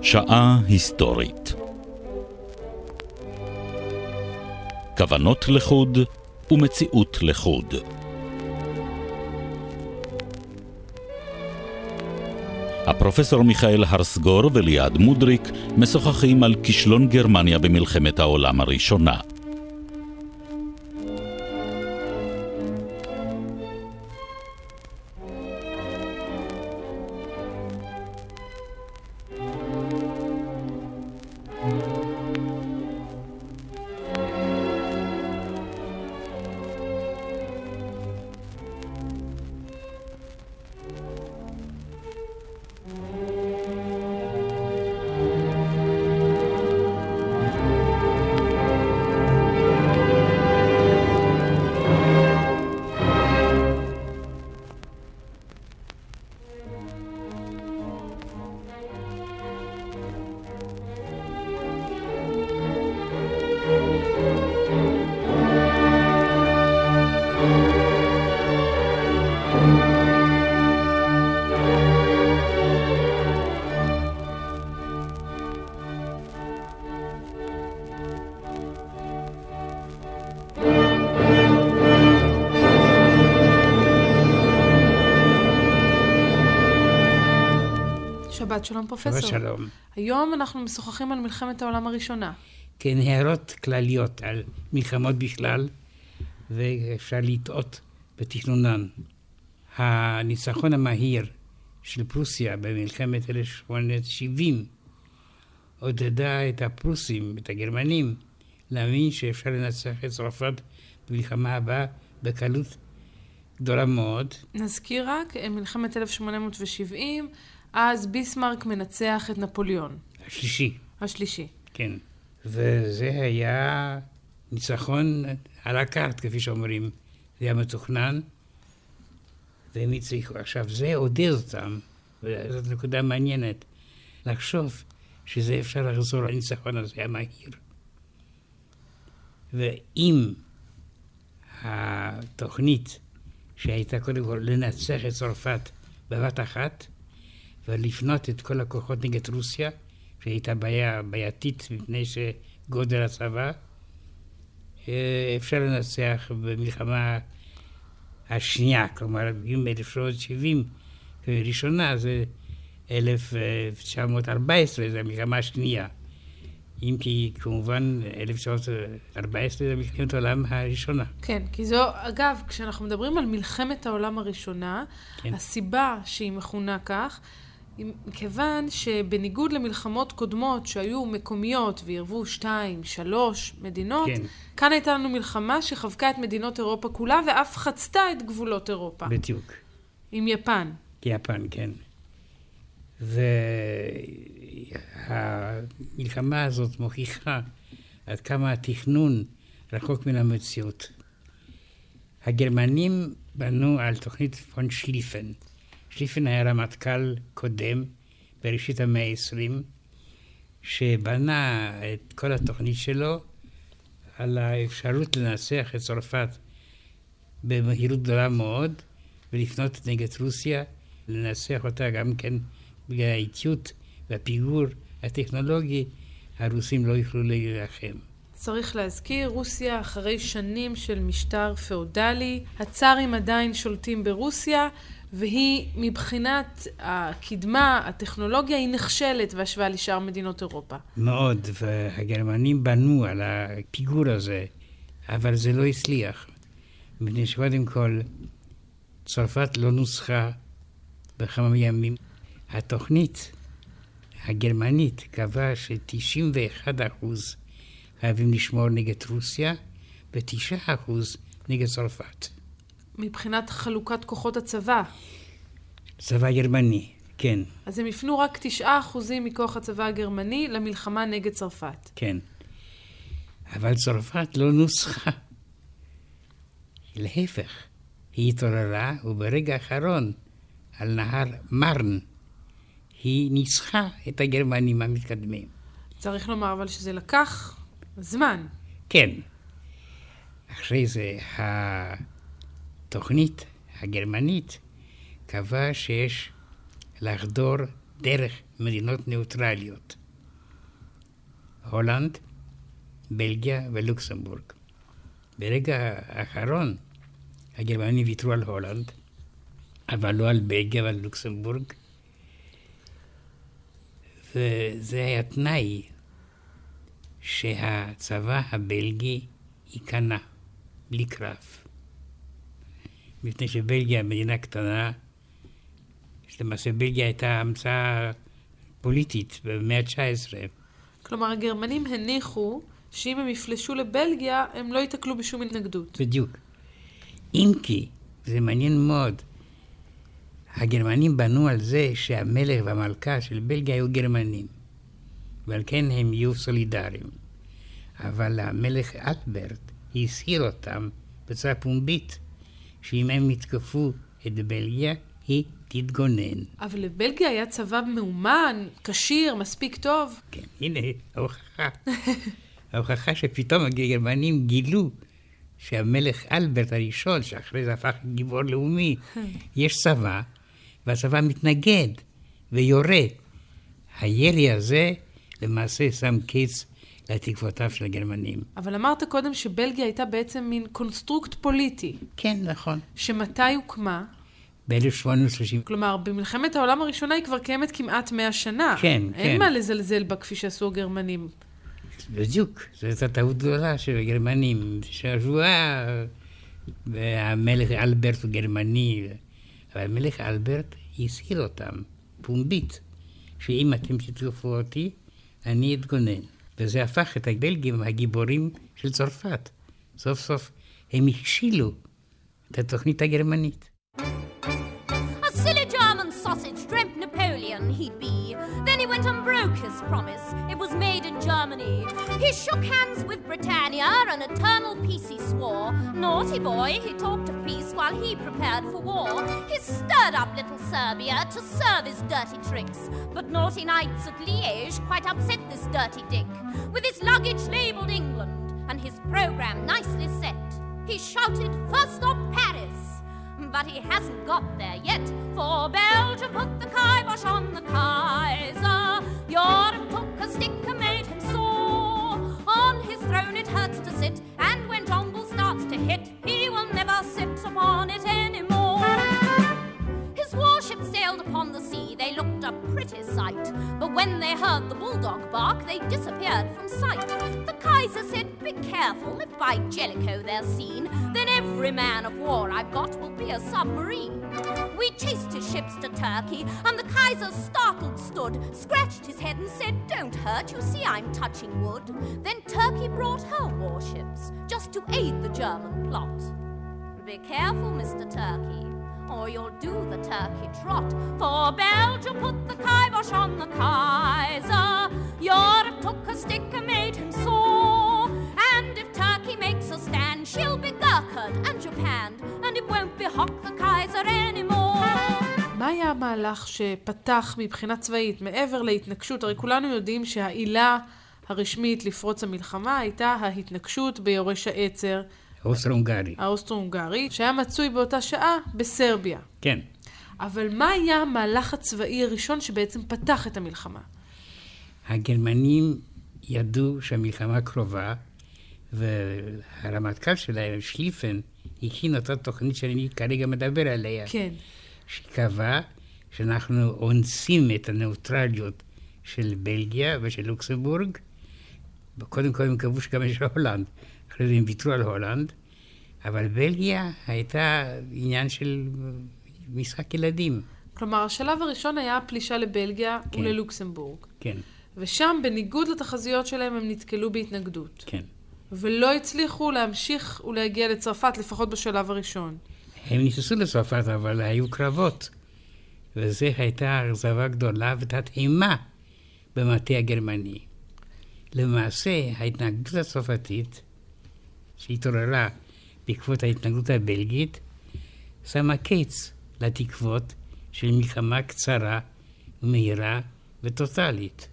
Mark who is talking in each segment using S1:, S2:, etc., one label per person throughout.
S1: שעה היסטורית. כוונות לחוד ומציאות לחוד. הפרופסור מיכאל הרסגור וליעד מודריק משוחחים על כישלון גרמניה במלחמת העולם הראשונה.
S2: שבת שלום פרופסור.
S3: שבת שלום.
S2: היום אנחנו משוחחים על מלחמת העולם הראשונה.
S3: כן, הערות כלליות על מלחמות בכלל, ואפשר לטעות בתכנונן. הניצחון המהיר של פרוסיה במלחמת 1870 עודדה את הפרוסים, את הגרמנים, להאמין שאפשר לנצח את צרפת במלחמה הבאה בקלות גדולה מאוד.
S2: נזכיר רק, מלחמת 1870, אז ביסמרק מנצח את נפוליאון. השלישי. כן.
S3: וזה היה ניצחון על הקארט, כפי שאומרים. זה היה מתוכנן, והם הצליחו. עכשיו, זה עודד אותם, וזאת נקודה מעניינת, לחשוב שזה אפשר לחזור לניצחון הזה המהיר. ואם התוכנית שהייתה קודם כל לנצח את צרפת בבת אחת, ולפנות את כל הכוחות נגד רוסיה, שהייתה בעייתית מפני שגודל הצבא, אפשר לנצח במלחמה השנייה, כלומר, ב-1970, ראשונה זה 1914, זה המלחמה השנייה. אם כי כמובן 1914 זה מלחמת העולם הראשונה.
S2: כן, כי זו, אגב, כשאנחנו מדברים על מלחמת העולם הראשונה, כן. הסיבה שהיא מכונה כך, כיוון שבניגוד למלחמות קודמות שהיו מקומיות וירבו 2, 3 מדינות, כן. כאן הייתה לנו מלחמה שחבקה את מדינות אירופה כולה ואף חצתה את גבולות אירופה.
S3: בדיוק.
S2: עם יפן.
S3: יפן, כן. והמלחמה הזאת מוכיחה עד כמה התכנון רחוק מן המציאות. הגרמנים בנו על תוכנית פון שליפן. שליפן היה רמטכ"ל קודם, בראשית המאה ה-20, שבנה את כל התוכנית שלו על האפשרות לנצח את צרפת במהירות גדולה מאוד, ולפנות נגד רוסיה, לנצח אותה גם כן בגלל האיטיות והפיגור הטכנולוגי, הרוסים לא יוכלו להילחם.
S2: צריך להזכיר, רוסיה אחרי שנים של משטר פאודלי, הצארים עדיין שולטים ברוסיה, והיא מבחינת הקדמה, הטכנולוגיה, היא נכשלת בהשוואה לשאר מדינות אירופה.
S3: מאוד, והגרמנים בנו על הפיגור הזה, אבל זה לא הצליח. מפני שקודם כל, צרפת לא נוסחה בכמה ימים. התוכנית הגרמנית קבעה ש91% חייבים לשמור נגד רוסיה, ו9% נגד צרפת.
S2: מבחינת חלוקת כוחות הצבא.
S3: צבא גרמני, כן.
S2: אז הם יפנו רק 9% מכוח הצבא הגרמני למלחמה נגד צרפת.
S3: כן. אבל צרפת לא נוסחה. להפך, היא התעוררה, וברגע האחרון, על נהר מרן, היא ניצחה את הגרמנים המתקדמים.
S2: צריך לומר אבל שזה לקח זמן.
S3: כן. אחרי זה התוכנית הגרמנית קבעה שיש לחדור דרך מדינות ניוטרליות. הולנד, בלגיה ולוקסמבורג. ברגע האחרון, הגרמנים ויתרו על הולנד, אבל לא על בלגיה ועל לוקסמבורג, וזה היה תנאי שהצבא הבלגי ייכנע, בלי קרב. מפני שבלגיה מדינה קטנה, למעשה בלגיה הייתה המצאה פוליטית במאה ה-19.
S2: כלומר, הגרמנים הניחו שאם הם יפלשו לבלגיה, הם לא ייתקלו בשום התנגדות.
S3: בדיוק. אם כי, זה מעניין מאוד, הגרמנים בנו על זה שהמלך והמלכה של בלגיה היו גרמנים, ועל כן הם יהיו סולידריים. אבל המלך אלברט הסהיר אותם בצורה פומבית, שאם הם יתקפו את בלגיה, היא תתגונן.
S2: אבל לבלגיה היה צבא מאומן, קשיר, מספיק טוב.
S3: כן, הנה, ההוכחה. ההוכחה שפתאום הגרמנים גילו שהמלך אלברט הראשון, שאחרי זה הפך גיבור לאומי, יש צבא, והצבא מתנגד ויורה. הירי הזה למעשה שם קץ לתקוותיו של הגרמנים.
S2: אבל אמרת קודם שבלגיה הייתה בעצם מין קונסטרוקט פוליטי.
S3: כן, נכון.
S2: שמתי הוקמה?
S3: ב-1830.
S2: כלומר, במלחמת העולם הראשונה היא כבר קיימת כמעט 100 שנה.
S3: כן,
S2: אין מה לזלזל בה כפי שעשו הגרמנים.
S3: בדיוק, זו הייתה טעות גדולה של הגרמנים, שהשבועה, והמלך אלברט הוא גרמני, אבל המלך אלברט הסהיר אותם, פומבית, שאם אתם תתקפו אותי, אני אתגונן. וזה הפך את הבלגים הגיבורים של צרפת. סוף סוף הם הכשילו את התוכנית הגרמנית.
S4: A silly German sausage dreamt Napoleon he'd be. Then he went and broke his promise. It was made in Germany. He shook hands with Britannia, an eternal peace he swore. Naughty boy, he talked of peace while he prepared for war. He stirred up little Serbia to serve his dirty tricks. But naughty nights at Liège quite upset this dirty dick. With his luggage labelled England and his programme nicely set, he shouted, "First stop Paris!" But he hasn't got there yet, for Belgium put the kibosh on the Kaiser. Europe took a stick and made him sore. On his throne it hurts to sit, and when Jumble starts to hit, he will never sit upon it anymore. His warships sailed upon the sea, they looked a pretty sight. But when they heard the bulldog bark, they disappeared from sight. The Kaiser said, "Be careful, if by Jellicoe they're seen, then every man of war I've got will be a submarine." We chased his ships to Turkey, and the Kaiser startled stood, scratched his head and said, "Don't hurt, you see I'm touching wood." Then Turkey brought her warships, just to aid the German plot. Be careful, Mr. Turkey, or you'll do the turkey trot. For Belgium put the kibosh on the Kaiser. Europe took a stick and made him sore. And if Turkey makes a stand, she'll be Gurkhaed and Japan. And it won't be Hock the Kaiser anymore.
S2: מה היה המהלך שפתח מבחינה צבאית מעבר להתנגשות? הרי כולנו יודעים שהעילה הרשמית לפרוץ המלחמה הייתה ההתנגשות ביורש העצר. האוסטרו-הונגרי, שהיה מצוי באותה שעה בסרביה.
S3: כן.
S2: אבל מה היה המהלך הצבאי הראשון שבעצם פתח את המלחמה?
S3: הגרמנים ידעו שהמלחמה קרובה, והרמטכ"ל שלהם, שליפן, הכין אותה תוכנית שאני כרגע מדבר עליה.
S2: כן.
S3: שקבע שאנחנו אונסים את הנאוטרליות של בלגיה ושל לוקסמבורג. קודם כל הם קבעו שגם יש הולנד. אחרי זה הם ויתרו על הולנד, אבל בלגיה הייתה עניין של משחק ילדים.
S2: כלומר, השלב הראשון היה הפלישה לבלגיה
S3: כן.
S2: וללוקסמבורג.
S3: כן.
S2: ושם, בניגוד לתחזיות שלהם, הם נתקלו בהתנגדות.
S3: כן.
S2: ולא הצליחו להמשיך ולהגיע לצרפת, לפחות בשלב הראשון.
S3: הם ניסו לצרפת, אבל היו קרבות. וזו הייתה אכזבה גדולה ותדהמה במטה הגרמני. למעשה, ההתנגדות הצרפתית, שהתעוררה בעקבות ההתנגדות הבלגית, שמה קץ לתקוות של מלחמה קצרה ומהירה וטוטלית.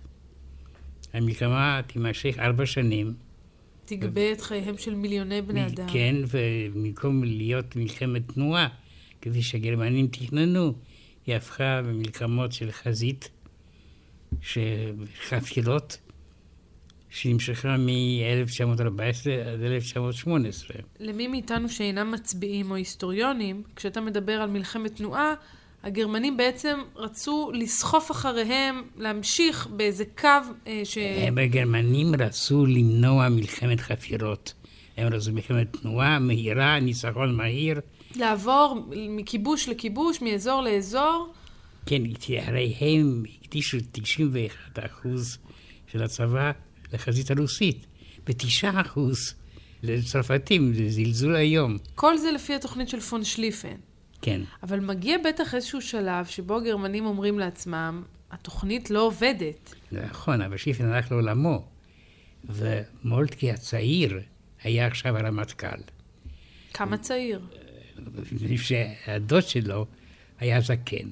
S3: המלחמה תימשך 4 שנים.
S2: תגבה את חייהם של מיליוני בני אדם.
S3: כן, ובמקום להיות מלחמת תנועה, כפי שהגרמנים תכננו, היא הפכה במלחמות של חזית חפירות שנמשכה מ-1914 עד 1918.
S2: למי מאיתנו שאינם מצביעים או היסטוריונים, כשאתה מדבר על מלחמת תנועה, הגרמנים בעצם רצו לסחוף אחריהם, להמשיך באיזה קו
S3: הגרמנים רצו למנוע מלחמת חפירות. הם רצו מלחמת תנועה מהירה, ניצחון מהיר.
S2: לעבור מכיבוש לכיבוש, מאזור לאזור.
S3: כן, הרי הם הקדישו 91% של הצבא לחזית הרוסית, ו9% לצרפתים, זה זלזול היום.
S2: כל זה לפי התוכנית של פון שליפן.
S3: כן.
S2: אבל מגיע בטח איזשהו שלב שבו הגרמנים אומרים לעצמם, התוכנית לא עובדת.
S3: נכון, אבל שליפן הלך לעולמו, ומולטקי הצעיר היה עכשיו הרמטכ"ל.
S2: כמה צעיר?
S3: שהדוד שלו היה זקן.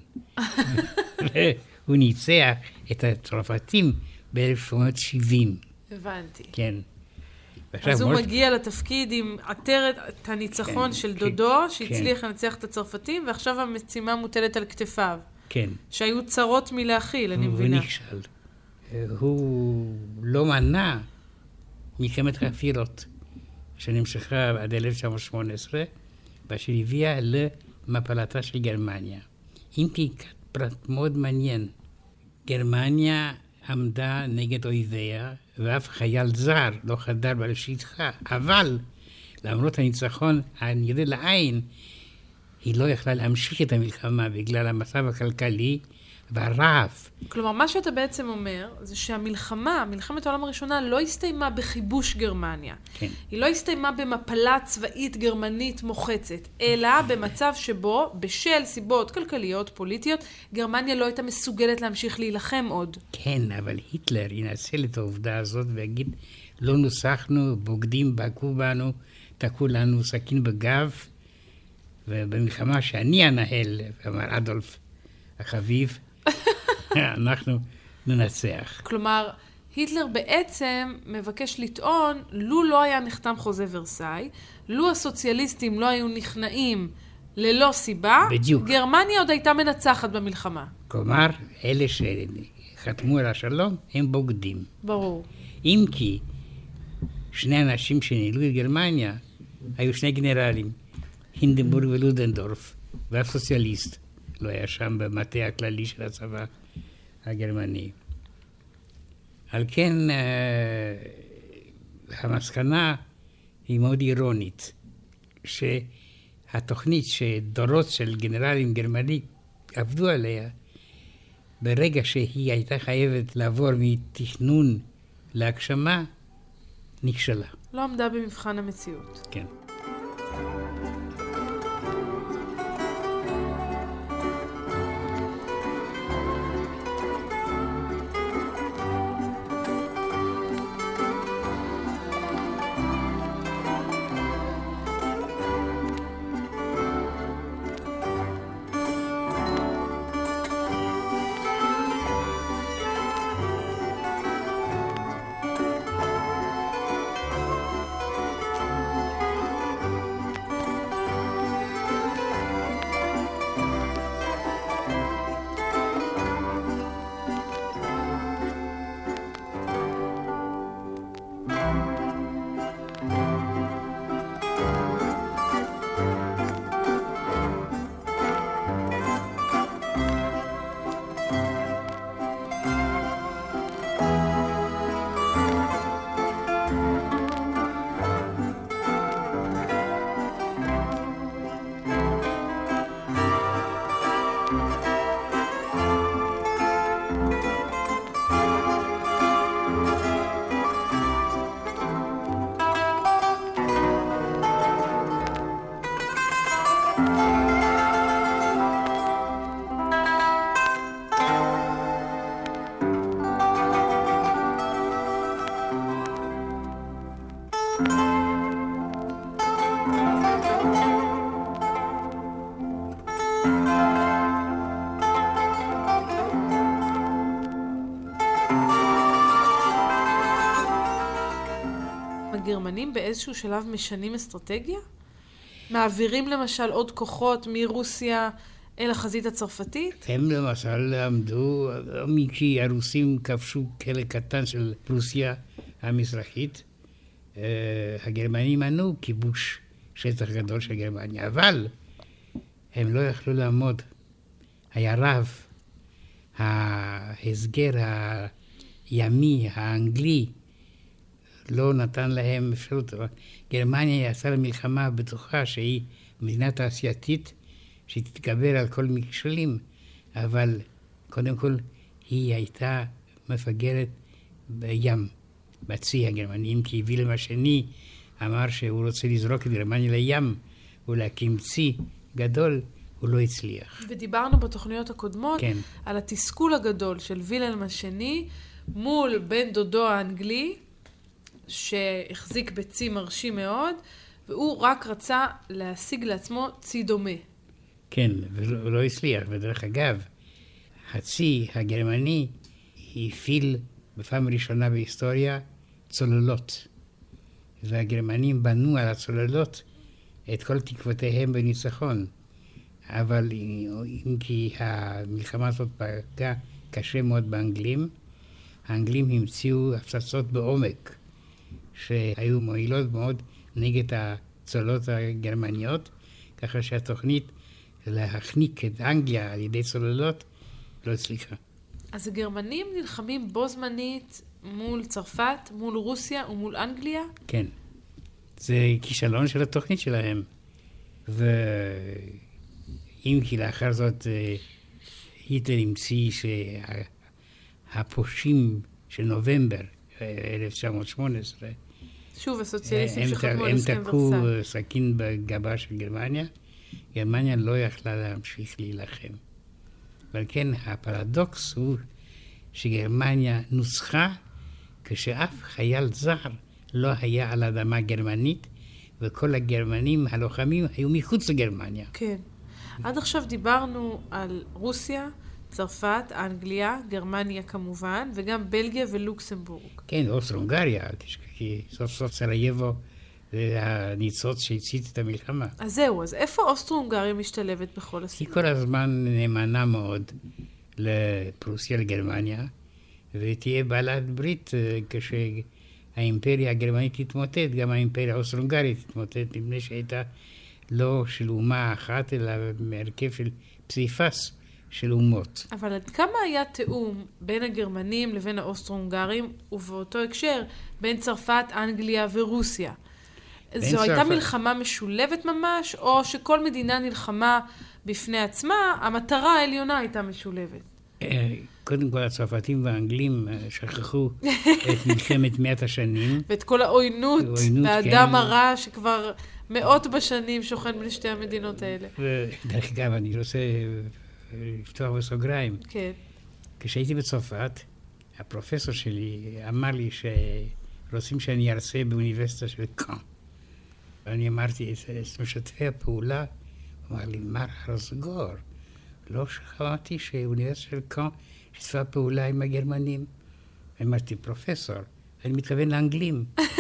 S3: והוא ניצח את הצרפתים ב-1970.
S2: הבנתי.
S3: כן.
S2: אז הוא מגיע לתפקיד עם עטרת הניצחון של דודו, שהצליח לנצח את הצרפתים, ועכשיו המשימה מוטלת על כתפיו.
S3: כן.
S2: שהיו צרות מלהכיל, אני מבינה.
S3: הוא נכשל. הוא לא מנע מלחמת חפירות, שנמשכה עד 1918, ואשר הביאה למפלתה של גרמניה. אם כי פרט מאוד מעניין, גרמניה עמדה נגד אויביה, ואף חייל זר לא חדר בשטחה, אבל למרות הניצחון הנראה לעין, היא לא יכלה להמשיך את המלחמה בגלל המצב הכלכלי והרעב.
S2: כלומר, מה שאתה בעצם אומר, זה שהמלחמה, מלחמת העולם הראשונה, לא הסתיימה בכיבוש גרמניה.
S3: כן.
S2: היא לא הסתיימה במפלה צבאית גרמנית מוחצת, אלא במצב שבו, בשל סיבות כלכליות, פוליטיות, גרמניה לא הייתה מסוגלת להמשיך להילחם עוד.
S3: כן, אבל היטלר ינצל את העובדה הזאת ויגיד, לא נוסחנו, בוגדים, בקו בנו, תקעו לנו סכין בגב, ובמלחמה שאני אנהל, אמר אדולף החביב, אנחנו ננצח.
S2: כלומר, היטלר בעצם מבקש לטעון, לו לא היה נחתם חוזה ורסאי, לו הסוציאליסטים לא היו נכנעים ללא סיבה,
S3: בדיוק.
S2: גרמניה עוד הייתה מנצחת במלחמה.
S3: כלומר, אלה שחתמו על השלום הם בוגדים.
S2: ברור.
S3: אם כי שני אנשים שנעלו לגרמניה היו שני גנרלים, הינדנבורג ולודנדורף, ואף סוציאליסט לא היה שם במטה הכללי של הצבא הגרמני. על כן, המסקנה היא מאוד אירונית, שהתוכנית שדורות של גנרלים גרמנים עבדו עליה, ברגע שהיא הייתה חייבת לעבור מתכנון להגשמה, נכשלה.
S2: לא עמדה במבחן המציאות.
S3: כן.
S2: הגרמנים באיזשהו שלב משנים אסטרטגיה? מעבירים למשל עוד כוחות מרוסיה אל החזית הצרפתית?
S3: הם למשל עמדו, כי הרוסים כבשו חלק קטן של פרוסיה המזרחית, הגרמנים מנעו כיבוש שטח גדול של גרמניה, אבל הם לא יכלו לעמוד. היה רב, ההסגר הימי, האנגלי, לא נתן להם אפשרות. גרמניה יצאה למלחמה בטוחה שהיא מדינה תעשייתית, שהיא תתגבר על כל מכשולים, אבל קודם כל היא הייתה מפגרת בים, בצי הגרמנים, כי וילהלם השני אמר שהוא רוצה לזרוק את גרמניה לים ולהקים צי גדול, הוא לא הצליח.
S2: ודיברנו בתוכניות הקודמות
S3: כן.
S2: על התסכול הגדול של וילהלם השני מול בן דודו האנגלי, שהחזיק בצי מרשים מאוד, והוא רק רצה להשיג לעצמו צי דומה.
S3: כן, ולא הצליח. ודרך אגב, הצי הגרמני הפעיל בפעם ראשונה בהיסטוריה צוללות. והגרמנים בנו על הצוללות את כל תקוותיהם בניצחון. אבל אם כי המלחמה הזאת פגעה קשה מאוד באנגלים, האנגלים המציאו הפצצות בעומק, שהיו מועילות מאוד נגד הצוללות הגרמניות, ככה שהתוכנית להחניק את אנגליה על ידי צוללות לא הצליחה.
S2: אז הגרמנים נלחמים בו זמנית מול צרפת, מול רוסיה ומול אנגליה?
S3: כן. זה כישלון של התוכנית שלהם. ואם כי לאחר זאת היטלר המציא שהפושעים של נובמבר 1918,
S2: שוב, הסוציאליסטים שחתמו על הסכם ורסאי.
S3: הם תקעו סכין בגבה של גרמניה. גרמניה לא יכלה להמשיך להילחם. אבל כן, הפרדוקס הוא שגרמניה נוסחה כשאף חייל זר לא היה על האדמה גרמנית, וכל הגרמנים הלוחמים היו מחוץ לגרמניה.
S2: כן. עד עכשיו דיברנו על רוסיה, צרפת, אנגליה, גרמניה כמובן, וגם בלגיה ולוקסמבורג.
S3: כן, אוסטרו-הונגריה, כי סוף סוף סרייבו זה הניצוץ שהצית את המלחמה.
S2: אז זהו, אז איפה אוסטרו-הונגריה משתלבת בכל הסיפור?
S3: היא כל הזמן נאמנה מאוד לפרוסיה, לגרמניה, ותהיה בעלת ברית כשהאימפריה הגרמנית תתמוטט, גם האימפריה האוסטרו-הונגרית תתמוטט, מפני שהייתה לא של אומה אחת, אלא מהרכב של פסיפס של אומות.
S2: אבל עד כמה היה תאום בין הגרמנים לבין האוסטרו-הונגרים, ובאותו הקשר בין צרפת, אנגליה ורוסיה? זו הייתה מלחמה משולבת ממש, או שכל מדינה נלחמה בפני עצמה, המטרה העליונה הייתה משולבת?
S3: קודם כל, הצרפתים והאנגלים שכחו את מלחמת 100 השנים.
S2: ואת כל העוינות והאדם הרע שכבר מאות בשנים שוכן בין שתי המדינות האלה.
S3: ודרך אגב, אני רוצה לפתוח בסוגריים.
S2: כן. כשהייתי
S3: בצרפת, הפרופסור שלי אמר לי שרוצים שאני ארצה באוניברסיטה של קאן. ואני אמרתי, את משתפי הפעולה, הוא אמר לי, מר הרסגור, לא שמעתי שאוניברסיטה של קאן שיתפה פעולה עם הגרמנים. אמרתי, פרופסור, אני מתכוון לאנגלים.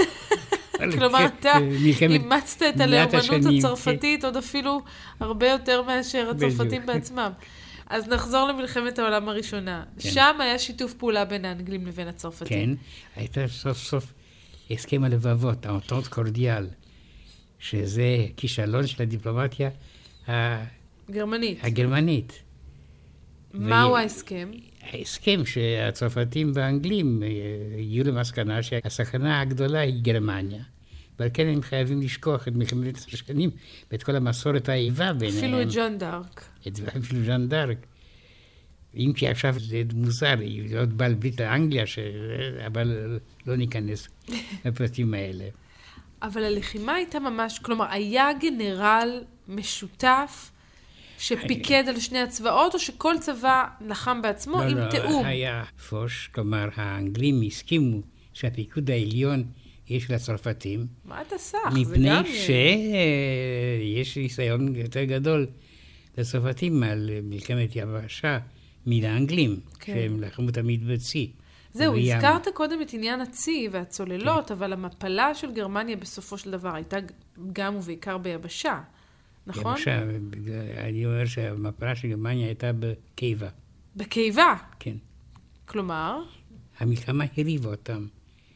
S2: כלומר, אתה אימצת את הלאומנות הצרפתית עוד אפילו הרבה יותר מאשר הצרפתים בעצמם. אז נחזור למלחמת העולם הראשונה. שם היה שיתוף פעולה בין האנגלים לבין הצרפתים.
S3: כן, הייתה סוף סוף הסכם הלבבות, האנטנט קורדיאל, שזה כישלון של הדיפלומטיה הגרמנית.
S2: מהו ההסכם?
S3: ההסכם שהצרפתים והאנגלים יהיו למסקנה שהסכנה הגדולה היא גרמניה. ועל כן הם חייבים לשכוח את מלחמת השנים ואת כל המסורת האיבה ביניהם.
S2: אפילו את ז'אן דארק.
S3: אפילו ז'אן דארק. אם כי עכשיו זה מוזר, להיות בעל ברית לאנגליה, אבל לא ניכנס לפרטים האלה.
S2: אבל הלחימה הייתה ממש, כלומר, היה גנרל משותף שפיקד על שני הצבאות, או שכל צבא לחם בעצמו עם תאום?
S3: לא, היה פוש, כלומר, האנגלים הסכימו שהפיקוד העליון יש לצרפתים.
S2: מה אתה סך?
S3: מפני שיש ניסיון יותר גדול לצרפתים על מלחמת יבשה מלאנגלים, שהם לחמו תמיד בצי.
S2: זהו, הזכרת קודם את עניין הצי והצוללות, אבל המפלה של גרמניה בסופו של דבר הייתה גם ובעיקר ביבשה. נכון?
S3: אני אומר שהמפלה של גרמניה הייתה בקיבה.
S2: בקיבה?
S3: כן.
S2: כלומר?
S3: המלחמה הריבה אותם.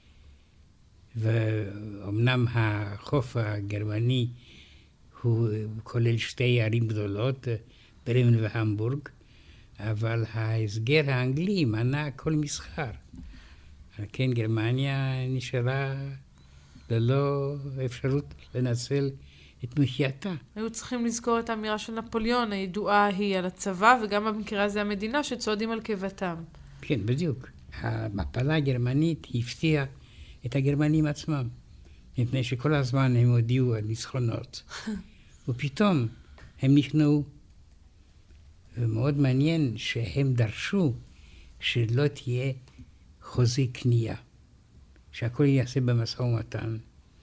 S3: ואומנם החוף הגרמני הוא כולל שתי ערים גדולות, ברמן והמבורג, אבל ההסגר האנגלי מנע כל מסחר. כן, גרמניה נשארה ללא אפשרות לנצל את מחייתה.
S2: היו צריכים לזכור את האמירה של נפוליאון, הידועה היא על הצבא, וגם במקרה הזה המדינה שצועדים על קיבתם.
S3: כן, בדיוק. המפלה הגרמנית הפתיעה את הגרמנים עצמם, מפני שכל הזמן הם הודיעו על ניצחונות. ופתאום הם נכנעו. ומאוד מעניין שהם דרשו שלא תהיה חוזה קנייה, שהכל יעשה במשא ומתן.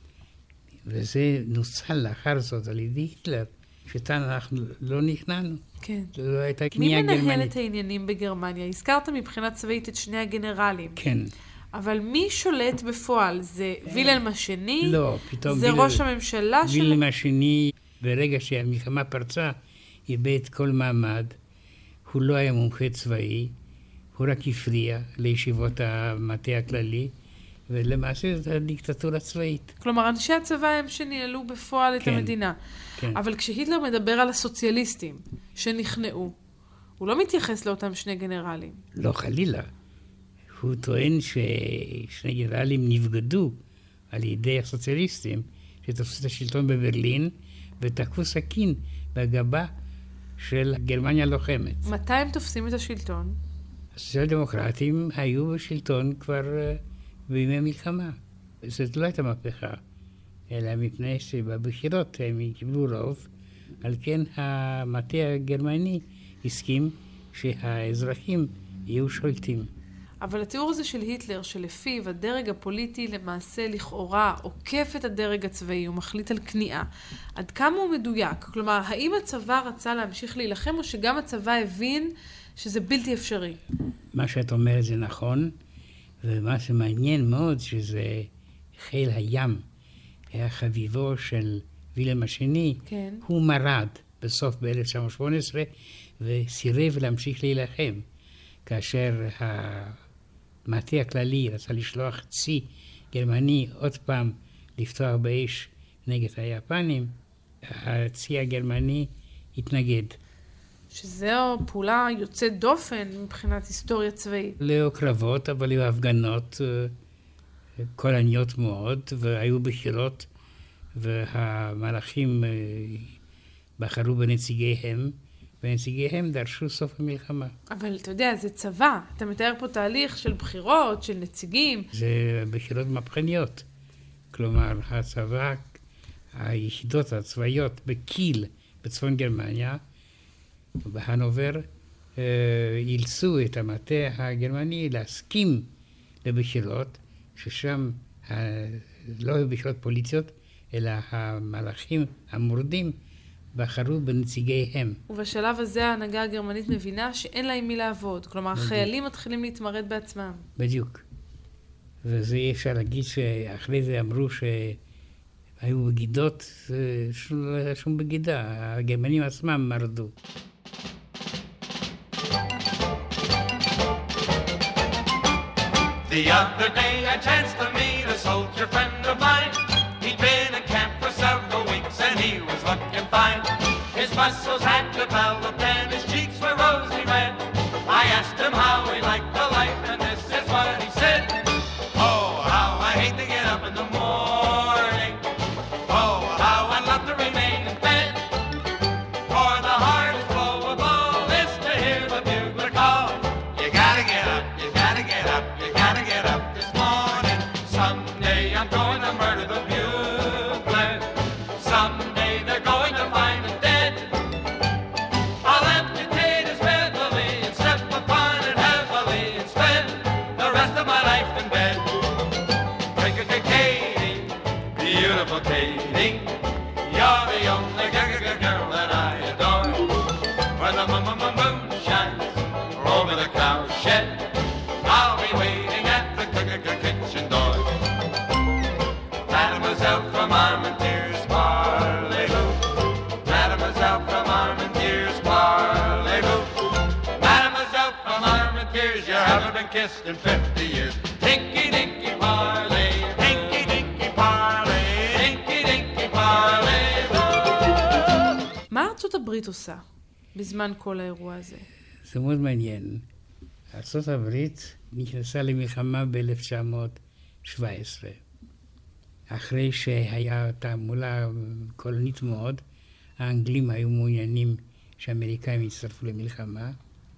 S3: וזה נוצל לאחר זאת על ידי היטלר, שטען אנחנו לא נכנענו.
S2: כן.
S3: זו לא הייתה קנייה גרמנית.
S2: מי מנהל את העניינים בגרמניה? הזכרת מבחינה צבאית את שני הגנרלים.
S3: כן.
S2: אבל מי שולט בפועל? זה וילהלם השני?
S3: לא, פתאום
S2: זה ראש הממשלה שלו?
S3: וילהלם השני, ברגע שהמלחמה פרצה, איבד כל מעמד. הוא לא היה מומחה צבאי, הוא רק הפריע לישיבות המטה הכללי, ולמעשה זו דיקטטורה צבאית.
S2: כלומר, אנשי הצבא הם שניהלו בפועל את המדינה.
S3: כן.
S2: אבל כשהיטלר מדבר על הסוציאליסטים שנכנעו, הוא לא מתייחס לאותם שני גנרלים.
S3: לא, חלילה. הוא טוען ששני גנרלים נבגדו על ידי הסוציאליסטים, שתפסו את השלטון בברלין, ותקפו סכין בגבה של גרמניה לוחמת.
S2: מתי הם תופסים את השלטון?
S3: הסוציאל דמוקרטים היו בשלטון כבר בימי מלחמה. זאת לא הייתה מהפכה, אלא מפני שבבחירות הם קיבלו רוב, על כן המטה הגרמני הסכים שהאזרחים יהיו שולטים.
S2: אבל התיאור הזה של היטלר, שלפיו הדרג הפוליטי למעשה לכאורה עוקף את הדרג הצבאי ומחליט על כניעה, עד כמה הוא מדויק? כלומר, האם הצבא רצה להמשיך להילחם או שגם הצבא הבין שזה בלתי אפשרי?
S3: מה שאת אומרת זה נכון, ומה שמעניין מאוד שזה חיל הים, היה חביבו של וילהלם השני,
S2: כן.
S3: הוא מרד בסוף ב-1918 וסירב להמשיך להילחם. כאשר המטה הכללי רצה לשלוח צי גרמני עוד פעם לפתוח באש נגד היפנים, הצי הגרמני התנגד.
S2: שזו פעולה יוצאת דופן מבחינת היסטוריה צבאית.
S3: לא קרבות, אבל היו הפגנות קולניות מאוד, והיו בחירות, והמלאכים בחרו בנציגיהם, ונציגיהם דרשו סוף המלחמה.
S2: אבל אתה יודע, זה צבא. אתה מתאר פה תהליך של בחירות, של נציגים.
S3: זה בחירות מהפכניות. כלומר, הצבא, היחידות הצבאיות בקיל, בצפון גרמניה, בהנובר, אילצו את המטה הגרמני להסכים לבחירות, ששם לא היו בחירות פוליטיות, אלא המלאכים המורדים בחרו בנציגיהם.
S2: ובשלב הזה ההנהגה הגרמנית מבינה שאין לה עם מי לעבוד. כלומר, החיילים מתחילים להתמרד בעצמם.
S3: בדיוק. וזה אי אפשר להגיד שאחרי זה אמרו שהיו בגידות, שום בגידה. הגרמנים עצמם מרדו.
S5: The other day I chanced to meet a soldier friend of mine. He'd been in camp for several weeks and he was looking fine. His muscles had developed and his cheeks were rosy red. I asked him how he liked the life and this is what he said. Oh, how I hate to get up in the morning. Oh, how I'd love to remain in bed. For the hardest blow of all is to hear the bugler call. You gotta get up, you gotta get up, you gotta get up this morning. Someday I'm going to murder the bugler. Someday they're going to find him dead. I'll amputate his family and step upon it heavily and spend the rest of my life in bed. Katie, beautiful Katie, you're the only girl that I adore. When the moon shines over the cow shed, I'll be waiting at the kitchen kissed in 50 years. Dinky dinky parley, dinky dinky parley, dinky dinky parley.
S2: מה ארצות הברית עושה בזמן כל האירוע הזה?
S3: זה מאוד מעניין. ארצות הברית נכנסה למלחמה ב-1917. אחרי שהיה תעמולה קולנית מאוד, האנגלים היו מעוניינים שהאמריקאים יצטרפו למלחמה,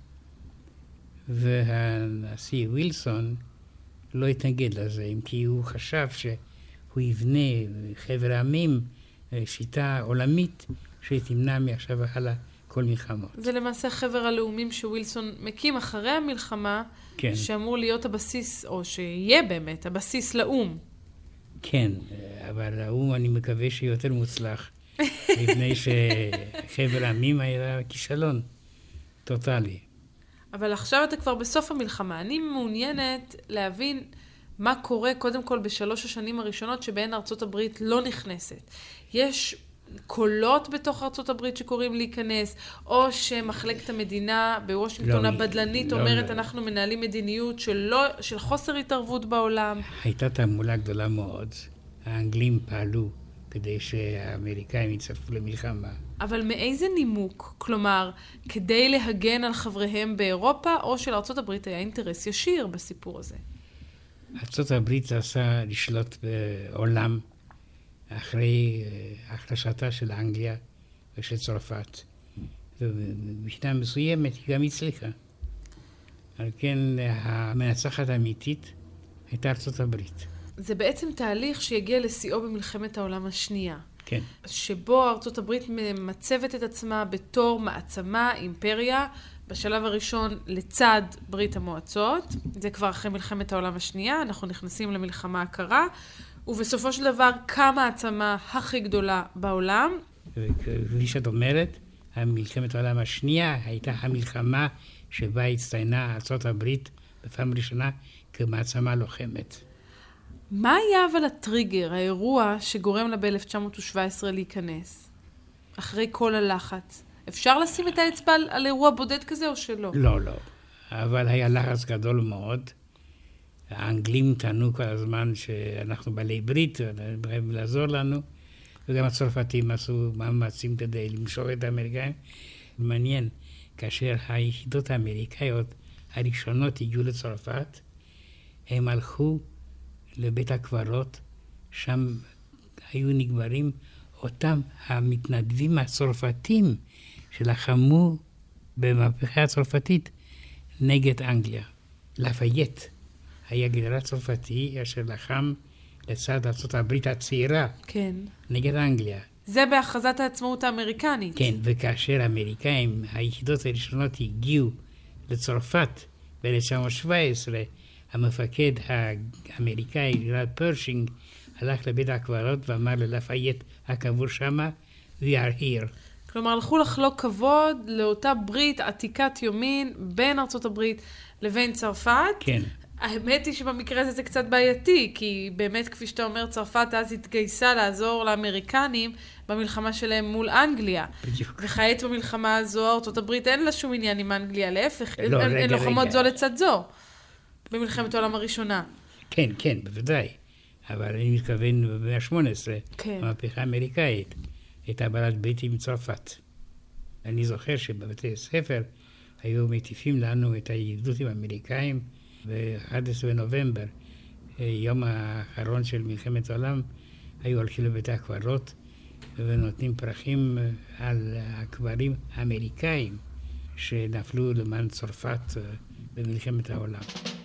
S3: והנשיא ווילסון לא התנגד לזה, כי הוא חשב שהוא יבנה חבר העמים, שיטה עולמית שתמנע מעכשיו הלאה כל מלחמות.
S2: זה למעשה חבר הלאומים שווילסון מקים אחרי המלחמה,
S3: כן.
S2: שאמור להיות הבסיס, או שיהיה באמת הבסיס לאום.
S3: כן, אבל האום אני מקווה שיותר מוצלח, מפני שחבר העמים היה כישלון טוטלי.
S2: אבל עכשיו אתה כבר בסוף המלחמה. אני מעוניינת להבין מה קורה קודם כל בשלוש השנים הראשונות שבהן ארצות הברית לא נכנסת. יש קולות בתוך ארצות הברית שקוראים להיכנס, או שמחלקת המדינה בוושינגטון הבדלנית אומרת אנחנו מנהלים מדיניות של חוסר התערבות בעולם.
S3: הייתה תעמולה גדולה מאוד. האנגלים פעלו כדי שהאמריקאים יצטרפו למלחמה.
S2: אבל מאיזה נימוק? כלומר, כדי להגן על חבריהם באירופה, או שלארצות הברית היה אינטרס ישיר בסיפור הזה? ארצות
S3: הברית עשה לשלוט בעולם אחרי החלשתה של אנגליה ושל צרפת. ובשנה מסוימת היא גם הצליחה. על כן המנצחת האמיתית הייתה ארצות הברית.
S2: זה בעצם תהליך שיגיע לשיאו במלחמת העולם השנייה.
S3: כן.
S2: שבו ארצות הברית מצבת את עצמה בתור מעצמה, אימפריה, בשלב הראשון לצד ברית המועצות. זה כבר אחרי מלחמת העולם השנייה, אנחנו נכנסים למלחמה הקרה, ובסופו של דבר קמה העצמה הכי גדולה בעולם.
S3: וכפי שאת אומרת, מלחמת העולם השנייה הייתה המלחמה שבה הצטיינה ארצות הברית בפעם ראשונה כמעצמה לוחמת.
S2: מה היה אבל הטריגר, האירוע שגורם לה ב-1917 להיכנס? אחרי כל הלחץ. אפשר לשים את האצבע על אירוע בודד כזה או שלא?
S3: לא, לא. אבל היה לחץ גדול מאוד. האנגלים טענו כל הזמן שאנחנו בעלי ברית, הם לעזור לנו, וגם הצרפתים עשו מאמצים כדי למשוך את האמריקאים. מעניין, כאשר היחידות האמריקאיות הראשונות הגיעו לצרפת, הם הלכו לבית הקברות, שם היו נקברים אותם המתנדבים הצרפתים שלחמו במהפכה הצרפתית נגד אנגליה. לפייט היה גנרל צרפתי אשר לחם לצד ארצות הברית הצעירה,
S2: כן.
S3: נגד אנגליה.
S2: זה בהכרזת העצמאות האמריקנית.
S3: כן, וכאשר האמריקאים, היחידות הראשונות הגיעו לצרפת ב-1917, המפקד האמריקאי גנרל פרשינג הלך לבית הקברות ואמר ללפייט הקבור שמה, we are here.
S2: כלומר, הלכו לחלוק כבוד לאותה ברית עתיקת יומין בין ארצות הברית לבין צרפת.
S3: כן.
S2: האמת היא שבמקרה הזה זה קצת בעייתי, כי באמת, כפי שאתה אומר, צרפת אז התגייסה לעזור לאמריקנים במלחמה שלהם מול אנגליה.
S3: בדיוק.
S2: וכעת במלחמה הזו, ארצות הברית אין לה שום עניין עם אנגליה, להפך,
S3: לא,
S2: הן לוחמות
S3: רגע.
S2: זו לצד זו, במלחמת העולם הראשונה.
S3: כן, כן, בוודאי. אבל אני מתכוון במאה ה-18,
S2: כן.
S3: המהפכה האמריקאית הייתה בעלת ברית עם צרפת. אני זוכר שבבתי ספר היו מטיפים לנו את הידידות עם האמריקאים, ב-11 בנובמבר, יום האחרון של מלחמת העולם, היו הולכים לבתי הקברות ונותנים פרחים על הקברים האמריקאים שנפלו למען צרפת במלחמת העולם.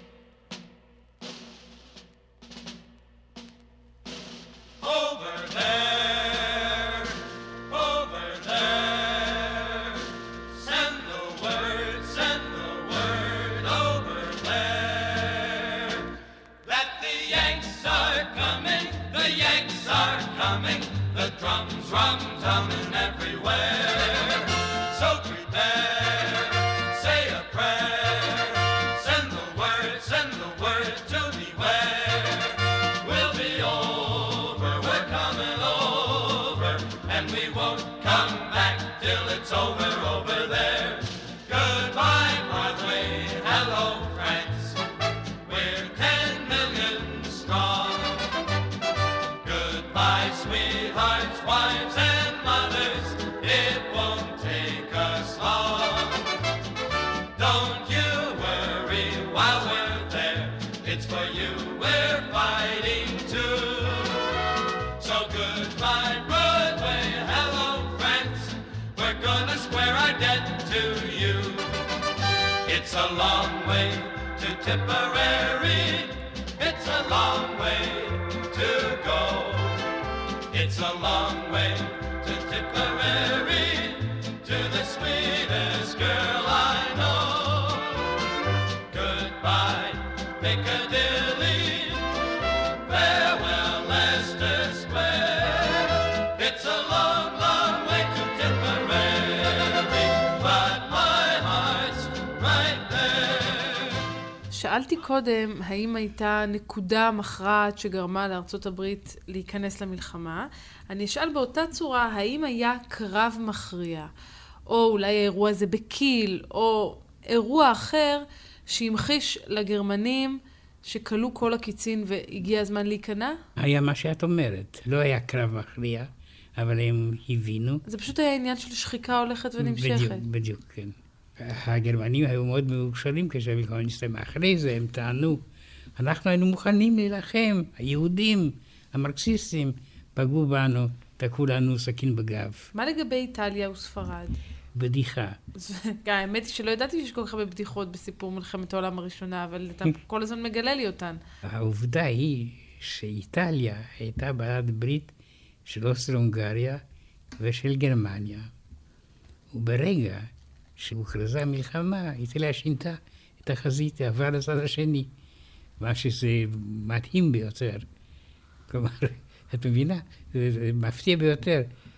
S5: The drums rum-tumming everywhere. So prepare, say a prayer. Send the word to me where. We'll be over, we're coming over. And we won't come back till it's over, over there. Goodbye, Broadway, hello, France. we're fighting too. So goodbye Broadway, hello France, we're gonna square our debt to you. It's a long way to Tipperary, it's a long way to go. It's a long way to Tipperary, to the sweetest girl I know. Goodbye Piccadilly, farewell Leicester Square. It's a long, long way to Tipperary, but my heart's right there.
S2: שאלתי קודם האם הייתה נקודה מכרעת שגרמה לארצות הברית להיכנס למלחמה. אני אשאל באותה צורה, האם היה קרב מכריע, או אולי האירוע הזה בקיל, או אירוע אחר שהמחיש לגרמנים שקלו כל הקיצין והגיע הזמן להיכנע?
S3: היה מה שאת אומרת, לא היה קרב מכריע, אבל הם הבינו.
S2: זה פשוט היה עניין של שחיקה הולכת ונמשכת.
S3: בדיוק, כן. הגרמנים היו מאוד מאושרים כשהמלחמה נסתיימה. אחרי זה הם טענו, אנחנו היינו מוכנים להילחם, היהודים, המרקסיסטים, פגעו בנו, תקעו לנו סכין בגב.
S2: מה לגבי איטליה וספרד?
S3: בדיחה.
S2: האמת היא שלא ידעתי שיש כל כך הרבה בדיחות בסיפור מלחמת העולם הראשונה, אבל אתה כל הזמן מגלה לי אותן. העובדה
S3: היא שאיטליה הייתה בעלת ברית של אוסטרו-הונגריה ושל גרמניה. וברגע שהוכרזה המלחמה, איטליה שינתה את החזית, עברה לצד השני. מה שזה מדהים ביותר. כלומר, את מבינה? זה מפתיע ביותר.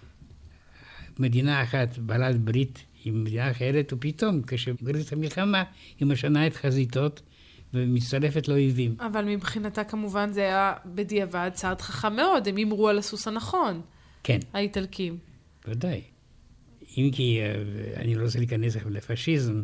S3: מדינה אחת בעלת ברית עם מדינה אחרת, ופתאום כשמגרדת המלחמה היא משנה את חזיתות ומצטרפת לאויבים.
S2: אבל מבחינתה כמובן זה היה בדיעבד צעד חכם מאוד, הם אמרו על הסוס הנכון.
S3: כן.
S2: האיטלקים.
S3: ודאי. אם כי אני לא רוצה להיכנס לפשיזם,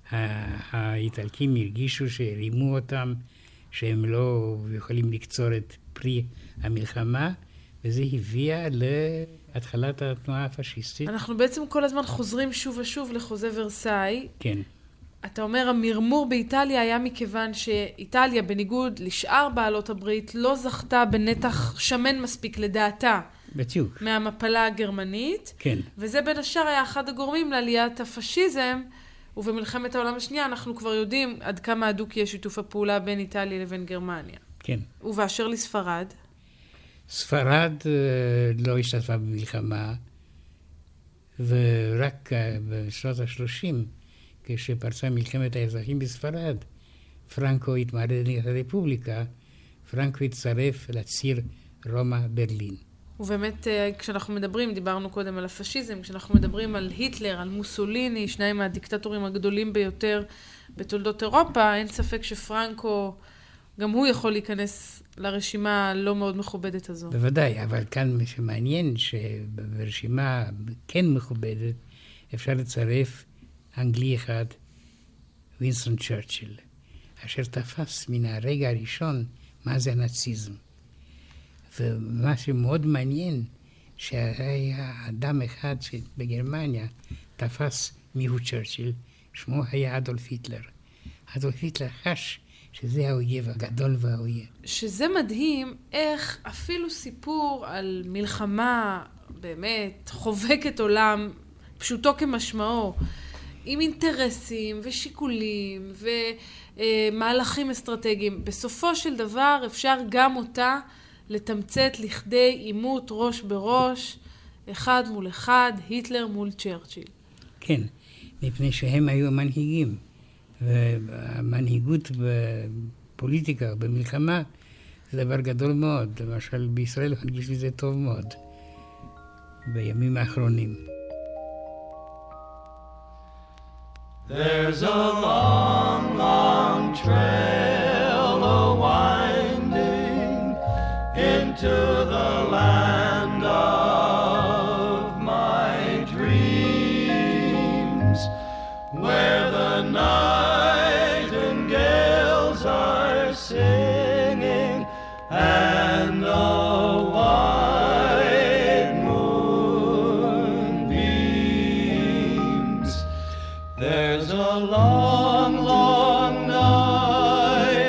S3: האיטלקים הרגישו שהרימו אותם, שהם לא יכולים לקצור את פרי המלחמה, וזה הביאה להתחלת התנועה הפשיסטית.
S2: אנחנו בעצם כל הזמן חוזרים שוב ושוב לחוזה ורסאי.
S3: כן.
S2: אתה אומר, המרמור באיטליה היה מכיוון שאיטליה, בניגוד לשאר בעלות הברית, לא זכתה בנתח שמן מספיק לדעתה.
S3: בדיוק.
S2: מהמפלה הגרמנית.
S3: כן.
S2: וזה בין השאר היה אחד הגורמים לעליית הפשיזם, ובמלחמת העולם השנייה אנחנו כבר יודעים עד כמה הדוק יהיה שיתוף הפעולה בין איטליה לבין גרמניה.
S3: כן.
S2: ובאשר לספרד?
S3: ספרד לא השתתפה במלחמה, ורק בשנות ה-30, כשפרצה מלחמת האזרחים בספרד, פרנקו התמרד נגד הרפובליקה, פרנקו הצטרף לציר רומא-ברלין.
S2: ובאמת, כשאנחנו מדברים, דיברנו קודם על הפשיזם, כשאנחנו מדברים על היטלר, על מוסוליני, שניים מהדיקטטורים הגדולים ביותר בתולדות אירופה, אין ספק שפרנקו, גם הוא יכול להיכנס לרשימה הלא מאוד מכובדת הזו.
S3: בוודאי, אבל כאן מה שמעניין שברשימה כן מכובדת, אפשר לצרף אנגלי אחד, וינסטון צ'רצ'יל, אשר תפס מן הרגע הראשון מה זה הנאציזם. ומה שמאוד מעניין, שהיה אדם אחד שבגרמניה תפס מיהו צ'רצ'יל, שמו היה אדולף היטלר. אדולף היטלר חש שזה האויב הגדול והאויב.
S2: שזה מדהים איך אפילו סיפור על מלחמה באמת חובקת עולם, פשוטו כמשמעו, עם אינטרסים ושיקולים ומהלכים אסטרטגיים, בסופו של דבר אפשר גם אותה לתמצת לכדי עימות ראש בראש, אחד מול אחד, היטלר מול צ'רצ'יל.
S3: כן, מפני שהם היו מנהיגים, והמנהיגות בפוליטיקה, במלחמה, זה דבר גדול מאוד. למשל, בישראל מרגיש לזה טוב מאוד, בימים האחרונים.
S5: There's a long, long trail a-winding into the land of my dreams, where the nightingales are singing and the white moon beams. There's a long, long night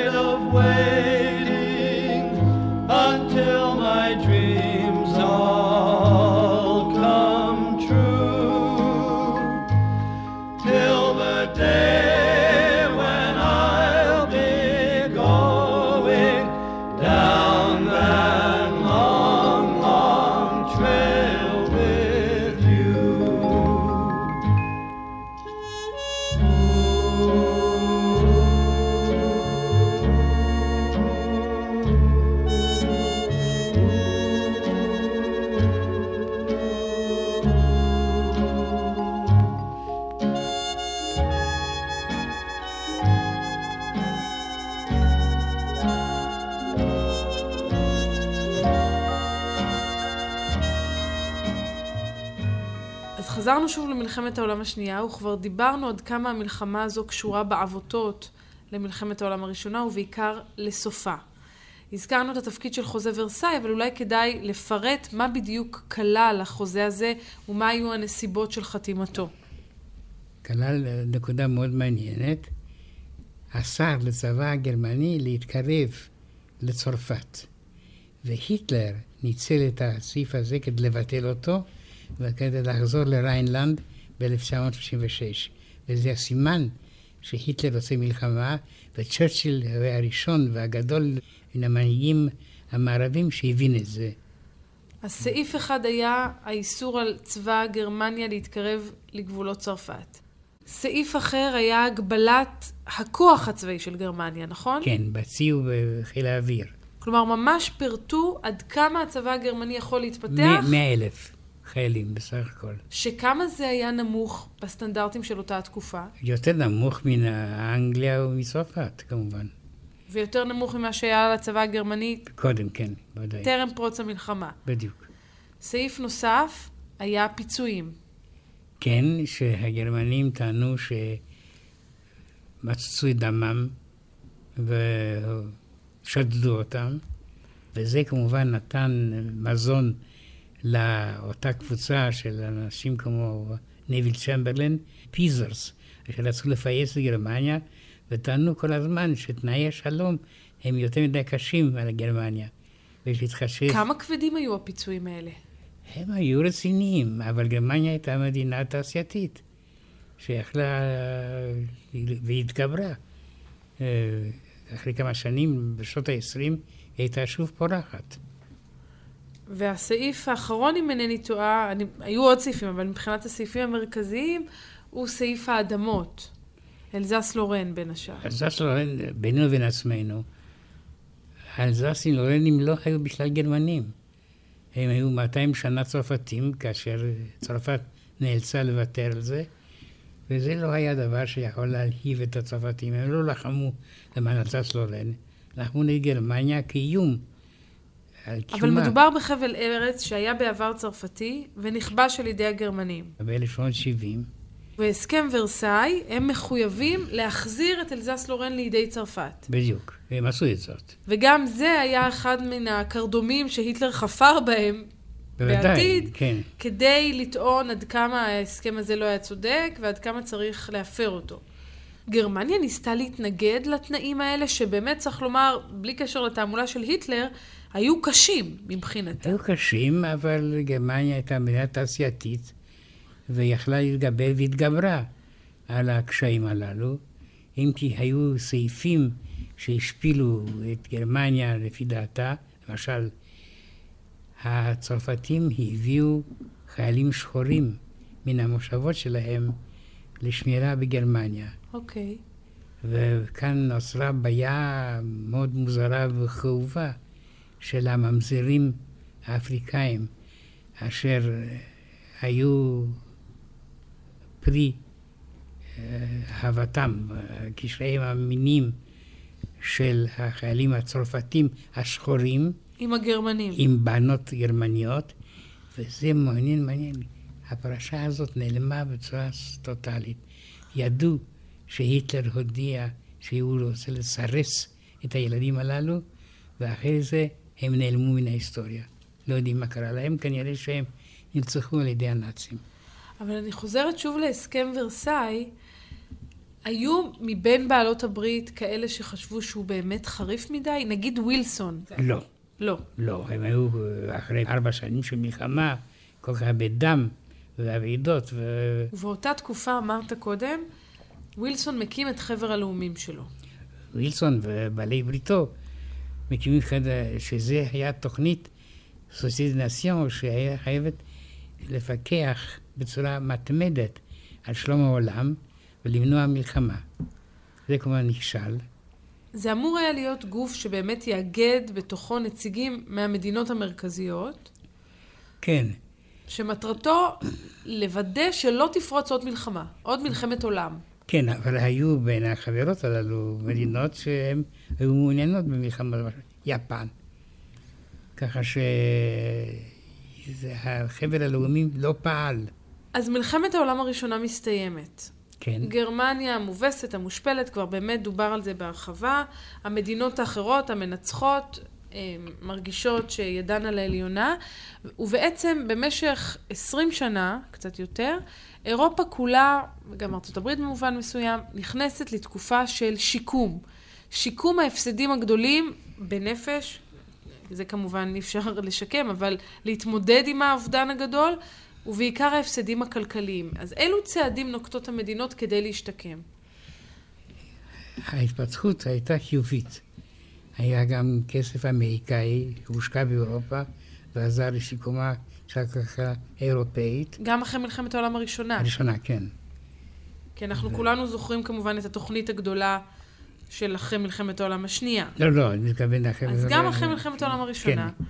S2: חזרנו שוב למלחמת העולם השנייה, וכבר דיברנו עד כמה המלחמה הזו קשורה בעבותות למלחמת העולם הראשונה, ובעיקר לסופה. הזכרנו את התפקיד של חוזה ורסאי, אבל אולי כדאי לפרט מה בדיוק כלל החוזה הזה, ומה היו הנסיבות של חתימתו.
S3: כלל נקודה מאוד מעניינת. אסר לצבא הגרמני להתקרב לצרפת. והיטלר ניצל את הסעיף הזה כדי לבטל אותו, וכדי לחזור לריינלנד ב-1936. וזה הסימן שהיטלר עושה מלחמה, וצ'רצ'יל היה הראשון והגדול מן המנהיגים המערבים שהבין את זה.
S2: הסעיף אחד היה האיסור על צבא גרמניה להתקרב לגבולות צרפת. סעיף אחר היה הגבלת הכוח הצבאי של גרמניה, נכון?
S3: כן, בצי ובחיל האוויר.
S2: כלומר, ממש פירטו עד כמה הצבא הגרמני יכול להתפתח.
S3: 100,000 חיילים בסך הכל.
S2: שכמה זה היה נמוך בסטנדרטים של אותה התקופה?
S3: יותר נמוך מן אנגליה ומצרפת, כמובן.
S2: ויותר נמוך ממה שהיה לצבא הגרמני?
S3: קודם, כן, ודאי.
S2: טרם פרוץ המלחמה.
S3: בדיוק.
S2: סעיף נוסף היה פיצויים.
S3: כן, שהגרמנים טענו שמצצו את דמם ושדדו אותם, וזה כמובן נתן מזון לאותה קבוצה של אנשים כמו נביל צ'מברלין, פיזרס, שרצו לפייס את גרמניה, וטענו כל הזמן שתנאי השלום הם יותר מדי קשים על גרמניה.
S2: כמה כבדים היו הפיצויים האלה?
S3: הם היו רציניים, אבל גרמניה הייתה מדינה תעשייתית, שיכלה והתגברה. אחרי כמה שנים, בשנות ה-20, היא הייתה שוב פורחת.
S2: והסעיף האחרון, אם אינני טועה, היו עוד סעיפים, אבל מבחינת הסעיפים המרכזיים, הוא סעיף האדמות. אלזס לורן בין השאר.
S3: אלזס לורן, בינינו ובין עצמנו, האלזסים לורנים לא היו בכלל גרמנים. הם היו 200 שנה צרפתים, כאשר צרפת נאלצה לוותר על זה, וזה לא היה דבר שיכול להלהיב את הצרפתים. הם לא לחמו למען אלזס לורן, לחמו נגד גרמניה כאיום.
S2: אבל מדובר בחבל ארץ שהיה בעבר צרפתי ונכבש על ידי הגרמנים.
S3: ב-1970.
S2: והסכם ורסאי הם מחויבים להחזיר את אלזס לורן לידי צרפת.
S3: בדיוק, והם עשו את זאת.
S2: וגם זה היה אחד מן הקרדומים שהיטלר חפר בהם בעתיד,
S3: כן.
S2: כדי לטעון עד כמה ההסכם הזה לא היה צודק ועד כמה צריך להפר אותו. גרמניה ניסתה להתנגד לתנאים האלה שבאמת צריך לומר, בלי קשר לתעמולה של היטלר, היו קשים מבחינתה.
S3: היו קשים, אבל גרמניה הייתה מדינה תעשייתית, ויכלה להתגבר והתגברה על הקשיים הללו. אם כי היו סעיפים שהשפילו את גרמניה לפי דעתה, למשל, הצרפתים הביאו חיילים שחורים מן המושבות שלהם לשמירה בגרמניה.
S2: אוקיי.
S3: וכאן נוצרה בעיה מאוד מוזרה וכאובה של הממזרים האפריקאים, אשר היו פרי אהבתם, קשריהם המיניים של החיילים הצרפתים השחורים,
S2: עם הגרמנים.
S3: עם בנות גרמניות, וזה מעניין. הפרשה הזאת נעלמה בצורה טוטלית. ידעו שהיטלר הודיע שהוא רוצה לסרס את הילדים הללו, ואחרי זה הם נעלמו מן ההיסטוריה. לא יודעים מה קרה להם, כנראה שהם נרצחו על ידי הנאצים.
S2: אבל אני חוזרת שוב להסכם ורסאי, היו מבין בעלות הברית כאלה שחשבו שהוא באמת חריף מדי? נגיד ווילסון.
S3: לא.
S2: לא.
S3: לא, הם היו אחרי 4 שנים של מלחמה, כל כך הרבה דם והרעידות.
S2: ובאותה תקופה, אמרת קודם, ווילסון מקים את חבר הלאומים שלו.
S3: ווילסון ובעלי בריתו מקימים שזה היה תוכנית סוציאליזם נאציון שהיה חייבת לפקח בצורה מתמדת על שלום העולם ולמנוע מלחמה. זה כמובן נכשל.
S2: זה אמור היה להיות גוף שבאמת יאגד בתוכו נציגים מהמדינות המרכזיות.
S3: כן.
S2: שמטרתו לוודא שלא תפרוץ עוד מלחמה, עוד מלחמת עולם.
S3: כן, אבל היו בין החברות הללו מדינות שהן היו מעוניינות במלחמה, יפן. ככה שהחבר הלאומי לא פעל
S2: אז מלחמת העולם הראשונה מסתיימת.
S3: כן.
S2: גרמניה המובסת, המושפלת, כבר באמת דובר על זה בהרחבה. המדינות האחרות, המנצחות, מרגישות שידן על העליונה, ובעצם במשך 20 שנה, קצת יותר, אירופה כולה, וגם ארצות הברית במובן מסוים, נכנסת לתקופה של שיקום. שיקום ההפסדים הגדולים בנפש, זה כמובן אי אפשר לשקם, אבל להתמודד עם האובדן הגדול, ובעיקר ההפסדים הכלכליים. אז אילו צעדים נוקטות המדינות כדי להשתקם?
S3: ההתפתחות הייתה חיובית. היה גם כסף אמריקאי, הושקע באירופה, ועזר לשיקומה של הכלכלה האירופאית.
S2: גם אחרי מלחמת העולם הראשונה.
S3: הראשונה, כן.
S2: כי אנחנו כולנו זוכרים כמובן את התוכנית הגדולה של אחרי מלחמת העולם השנייה.
S3: לא, אני מתכוון אחרי
S2: אז גם אחרי מלחמת העולם הראשונה.
S3: כן.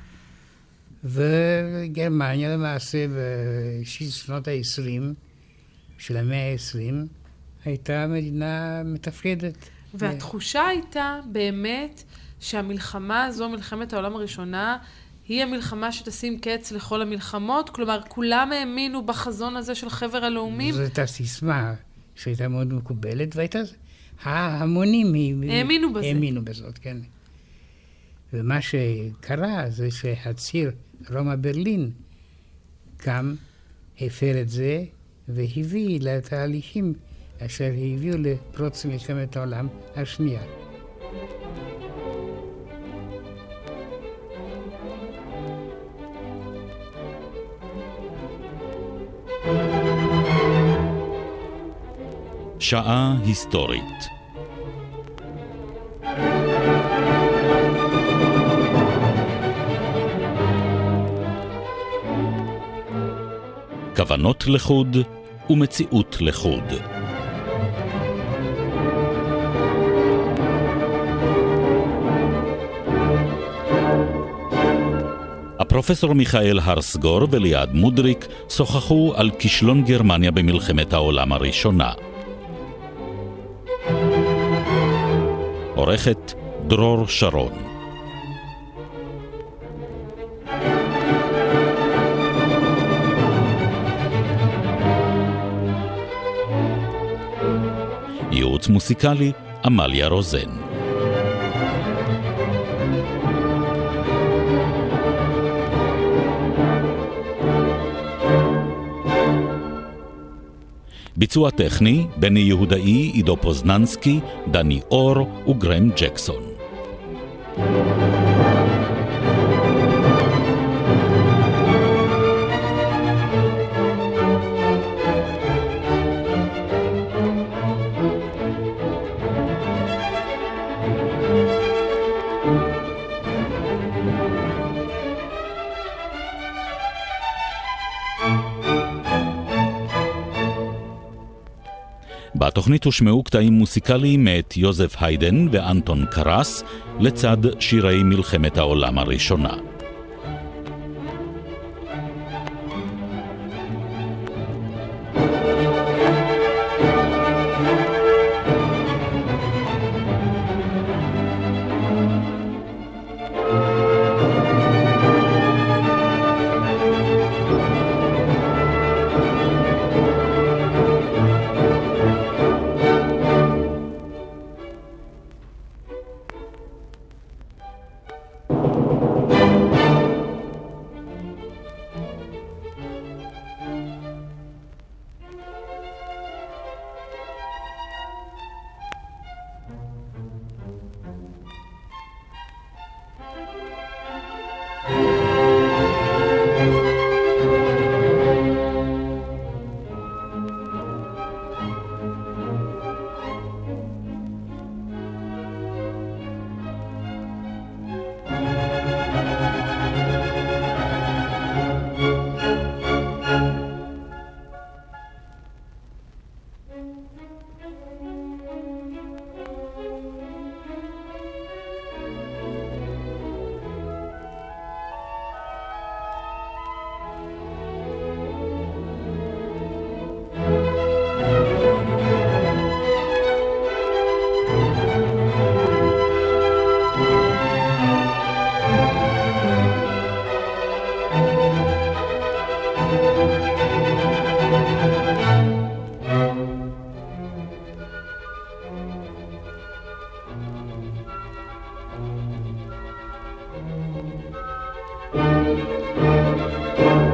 S3: וגרמניה למעשה בשנות ה-20 של המאה ה-20 הייתה מדינה מתפקדת.
S2: והתחושה הייתה באמת שהמלחמה הזו, מלחמת העולם הראשונה, היא המלחמה שתשים קץ לכל המלחמות. כלומר, כולם האמינו בחזון הזה של חבר הלאומים.
S3: זו הייתה סיסמה שהייתה מאוד מקובלת, והייתה ההמונים האמינו בזאת, כן. ומה שקרה זה שהציר רומא-ברלין גם הפר את זה והביא לתהליכים אשר הביאו לפרוץ מלחמת העולם השנייה.
S1: שעה היסטורית. כוונות לחוד ומציאות לחוד. הפרופסור מיכאל הרסגור וליעד מודריק שוחחו על כישלון גרמניה במלחמת העולם הראשונה. עורכת דרור שרון. ייעוץ מוסיקלי אמליה רוזן. ביצוע טכני, בני יהודאי, עידו פוזננסקי, דני אור וגרם ג'קסון. בתוכנית הושמעו קטעים מוסיקליים מאת יוזף היידן ואנטון קרס לצד שירי מלחמת העולם הראשונה.
S6: Thank you.